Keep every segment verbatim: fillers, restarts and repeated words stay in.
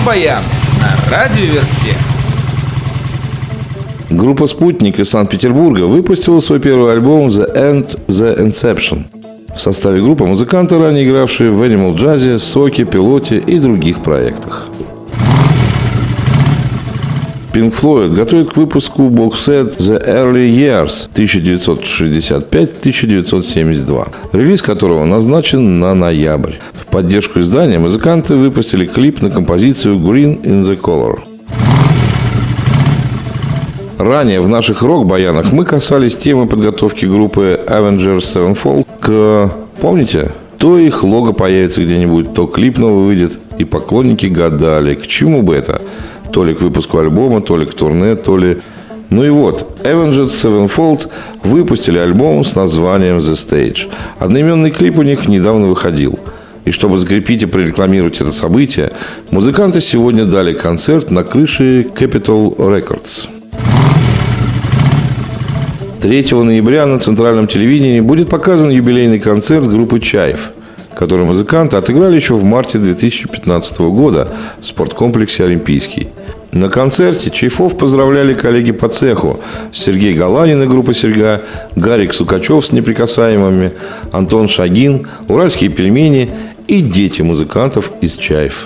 Рок-баян на Радиоверсте. Группа «Спутник» из Санкт-Петербурга выпустила свой первый альбом «The End The Inception». В составе группы музыканты, ранее игравшие в Animal Jazz, Соке, Пилоте и других проектах. Pink Floyd готовит к выпуску бокс-сет The Early Years тысяча девятьсот шестьдесят пять - тысяча девятьсот семьдесят два, релиз которого назначен на ноябрь. В поддержку издания музыканты выпустили клип на композицию Green in the Color. Ранее в наших рок-баянах мы касались темы подготовки группы Avenged Sevenfold к... Помните? То их лого появится где-нибудь, то клип новый выйдет, и поклонники гадали, к чему бы это. То ли к выпуску альбома, то ли к турне, то ли... Ну и вот, Avenged Sevenfold выпустили альбом с названием The Stage. Одноименный клип у них недавно выходил. И чтобы закрепить и прорекламировать это событие, музыканты сегодня дали концерт на крыше Capitol Records. третьего ноября на центральном телевидении будет показан юбилейный концерт группы «Чайф», который музыканты отыграли еще в марте две тысячи пятнадцатого года в спорткомплексе «Олимпийский». На концерте Чайфов поздравляли коллеги по цеху: Сергей Галанин и группа «Серьга», Гарик Сукачев с «Неприкасаемыми», Антон Шагин, «Уральские пельмени» и дети музыкантов из «Чайф».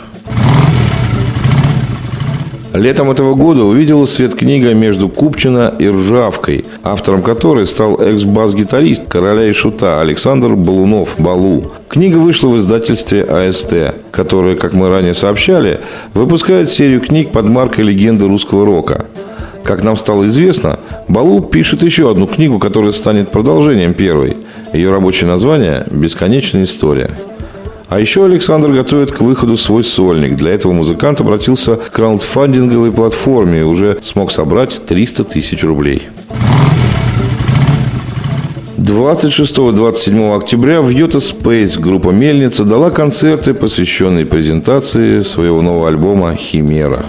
Летом этого года увидела свет книга «Между Купчино и Ржавкой», автором которой стал экс-бас-гитарист «Короля и Шута» Александр Балунов Балу. Книга вышла в издательстве а эс тэ, которое, как мы ранее сообщали, выпускает серию книг под маркой «Легенды русского рока». Как нам стало известно, Балу пишет еще одну книгу, которая станет продолжением первой. Ее рабочее название «Бесконечная история». А еще Александр готовит к выходу свой сольник. Для этого музыкант обратился к краундфандинговой платформе и уже смог собрать триста тысяч рублей. двадцать шестого - двадцать седьмого октября в Йота Спейс группа «Мельница» дала концерты, посвященные презентации своего нового альбома «Химера».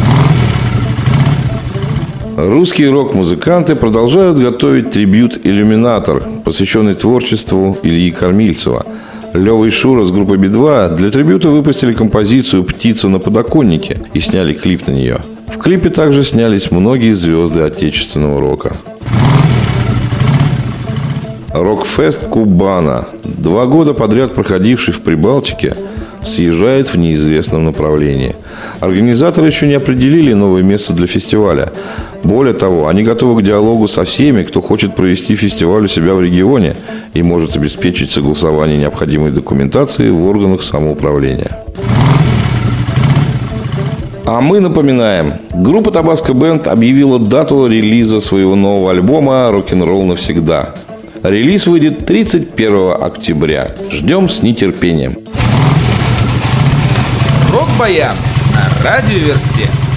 Русские рок-музыканты продолжают готовить трибьют «Иллюминатор», посвященный творчеству Ильи Кормильцева. Лёва и Шура с группой би два для трибьюта выпустили композицию «Птица на подоконнике» и сняли клип на нее. В клипе также снялись многие звезды отечественного рока. Рок-фест Кубана, два года подряд проходивший в Прибалтике, съезжает в неизвестном направлении. Организаторы еще не определили новое место для фестиваля. Более того, они готовы к диалогу со всеми, кто хочет провести фестиваль у себя в регионе и может обеспечить согласование необходимой документации в органах самоуправления. А мы напоминаем, группа Tabasco Band объявила дату релиза своего нового альбома «Рок-н-ролл навсегда». Релиз выйдет тридцать первого октября. Ждем с нетерпением. Рок-баян на Радиоверсте.